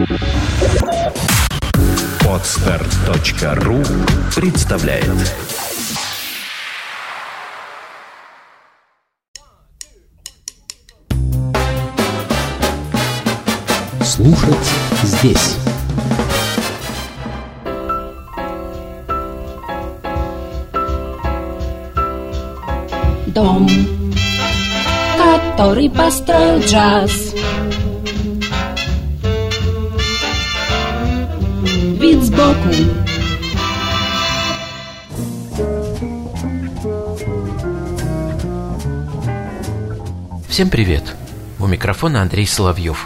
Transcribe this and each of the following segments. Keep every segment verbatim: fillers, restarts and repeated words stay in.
Подстер точка ру представляет. Слушать здесь. Дом, который построил джаз. Вид сбоку. Всем привет! У микрофона Андрей Соловьев.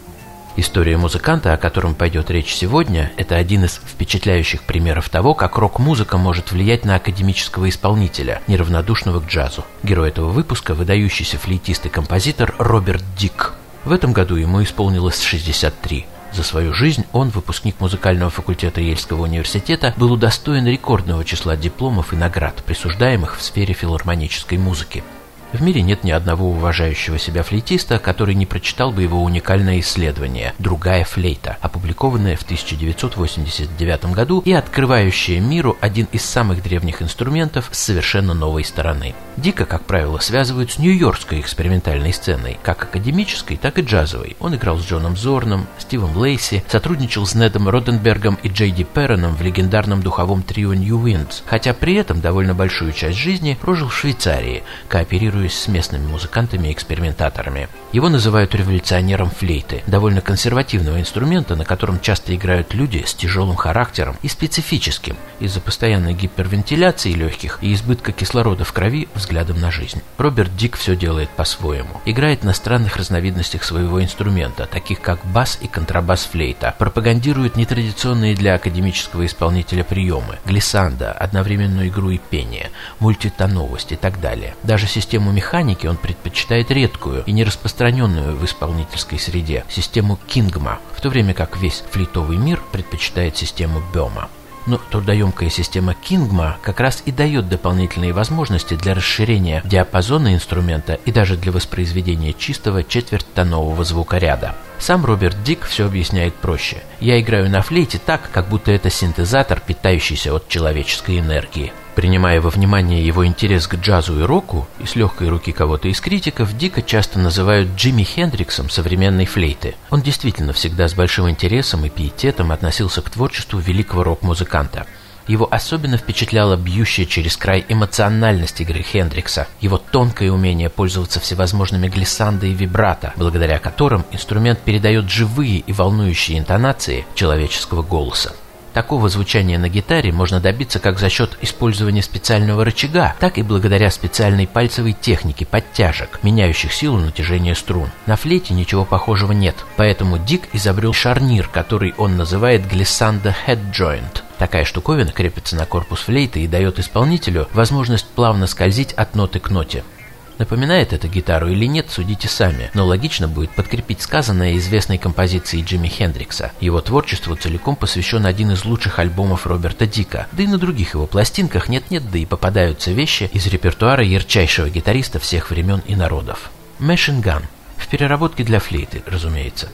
История музыканта, о котором пойдет речь сегодня, это один из впечатляющих примеров того, как рок-музыка может влиять на академического исполнителя, неравнодушного к джазу. Герой этого выпуска – выдающийся флейтист и композитор Роберт Дик. В этом году ему исполнилось шестьдесят три. За свою жизнь он, выпускник музыкального факультета Ельского университета, был удостоен рекордного числа дипломов и наград, присуждаемых в сфере филармонической музыки. В мире нет ни одного уважающего себя флейтиста, который не прочитал бы его уникальное исследование «Другая флейта», опубликованное в тысяча девятьсот восемьдесят девятом году и открывающее миру один из самых древних инструментов с совершенно новой стороны. Дика, как правило, связывают с нью-йоркской экспериментальной сценой, как академической, так и джазовой. Он играл с Джоном Зорном, Стивом Лейси, сотрудничал с Недом Роденбергом и Джей Ди Перроном в легендарном духовом трио New Winds, хотя при этом довольно большую часть жизни прожил в Швейцарии, кооперируя с местными музыкантами и экспериментаторами. Его называют революционером флейты, довольно консервативного инструмента, на котором часто играют люди с тяжелым характером и специфическим, из-за постоянной гипервентиляции легких и избытка кислорода в крови, взглядом на жизнь. Роберт Дик все делает по-своему. Играет на странных разновидностях своего инструмента, таких как бас и контрабас-флейта, пропагандирует нетрадиционные для академического исполнителя приемы, глиссандо, одновременную игру и пение, мультитоновость и так далее. Даже систему механики он предпочитает редкую и не распространенную в исполнительской среде, систему Кингма, в то время как весь флейтовый мир предпочитает систему Бёма. Но трудоемкая система Кингма как раз и дает дополнительные возможности для расширения диапазона инструмента и даже для воспроизведения чистого четвертьтонового звукоряда. Сам Роберт Дик все объясняет проще. «Я играю на флейте так, как будто это синтезатор, питающийся от человеческой энергии». Принимая во внимание его интерес к джазу и року, и с легкой руки кого-то из критиков, Дика часто называют Джимми Хендриксом современной флейты. Он действительно всегда с большим интересом и пиететом относился к творчеству великого рок-музыканта. Его особенно впечатляла бьющая через край эмоциональность игры Хендрикса, его тонкое умение пользоваться всевозможными глиссандо и вибрато, благодаря которым инструмент передает живые и волнующие интонации человеческого голоса. Такого звучания на гитаре можно добиться как за счет использования специального рычага, так и благодаря специальной пальцевой технике подтяжек, меняющих силу натяжения струн. На флейте ничего похожего нет, поэтому Дик изобрел шарнир, который он называет глиссандо head joint. Такая штуковина крепится на корпус флейты и дает исполнителю возможность плавно скользить от ноты к ноте. Напоминает это гитару или нет, судите сами, но логично будет подкрепить сказанное известной композицией Джимми Хендрикса. Его творчеству целиком посвящен один из лучших альбомов Роберта Дика, да и на других его пластинках нет-нет, да и попадаются вещи из репертуара ярчайшего гитариста всех времен и народов. Machine Gun. В переработке для флейты, разумеется.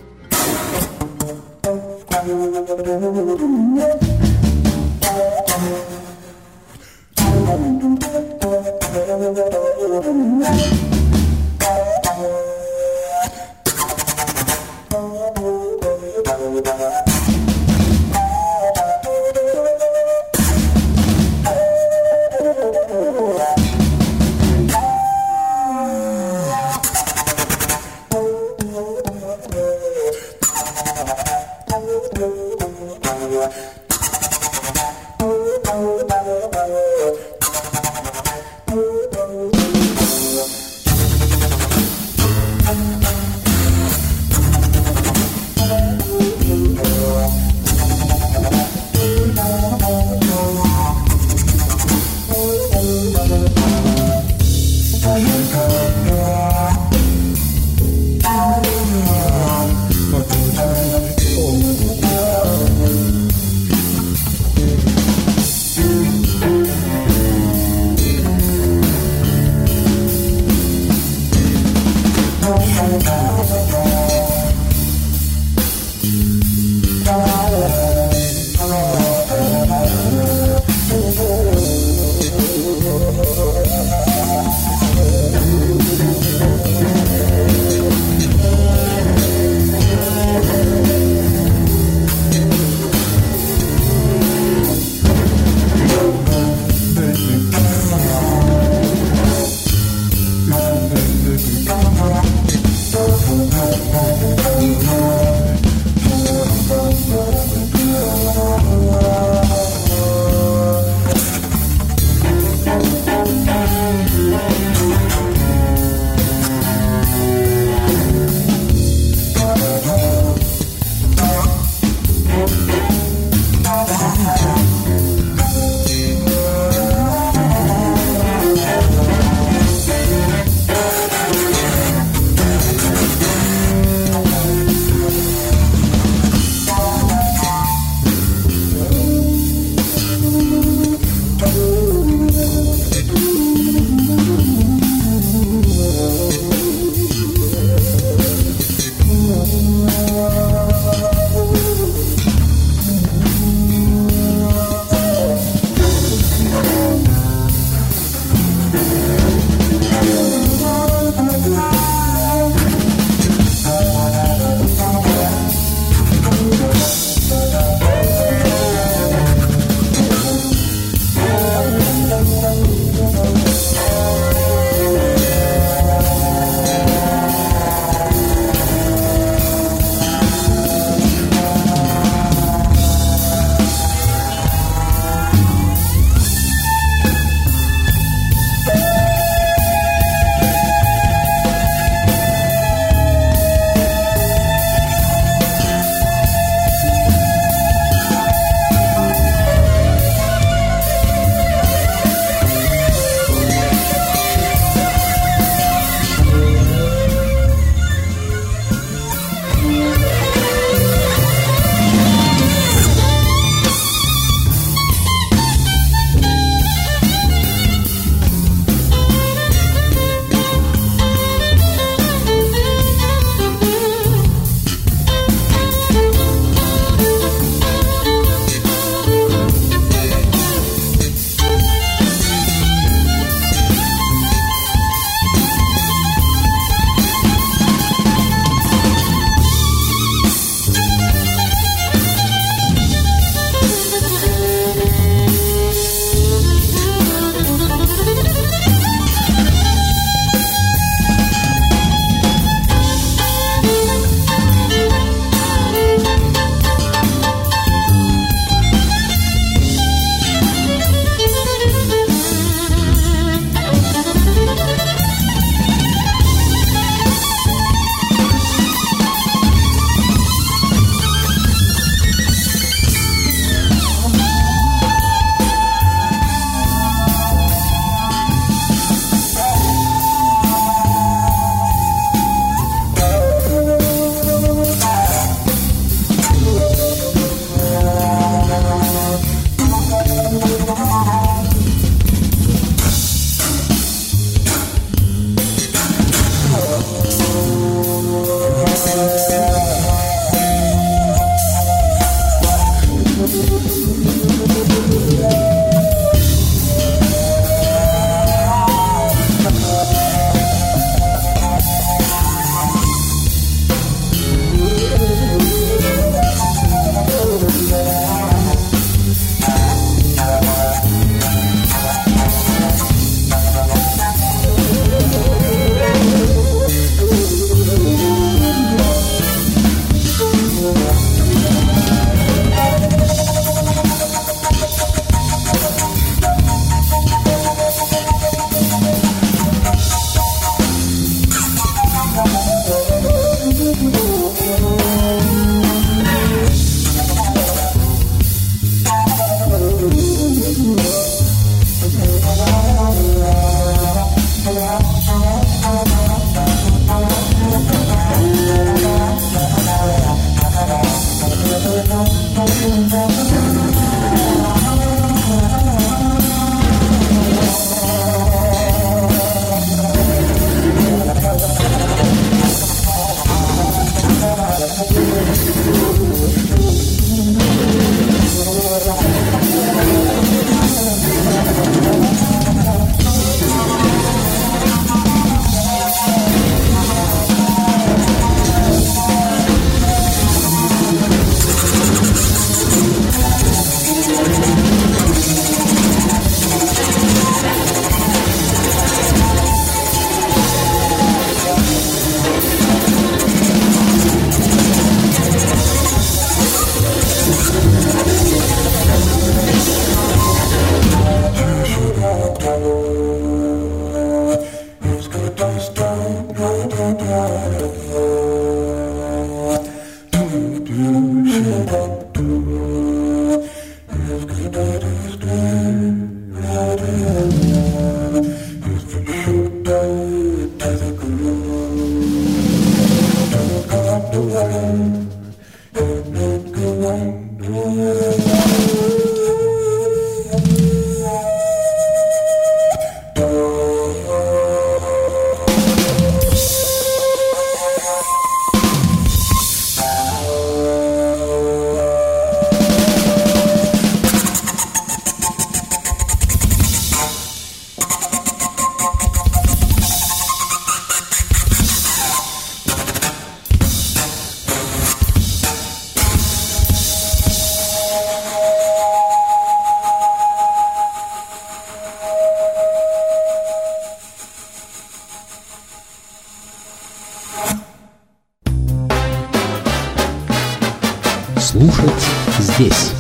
Слушать здесь.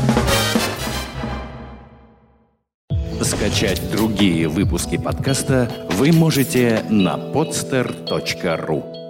Скачать другие выпуски подкаста вы можете на podster точка ру.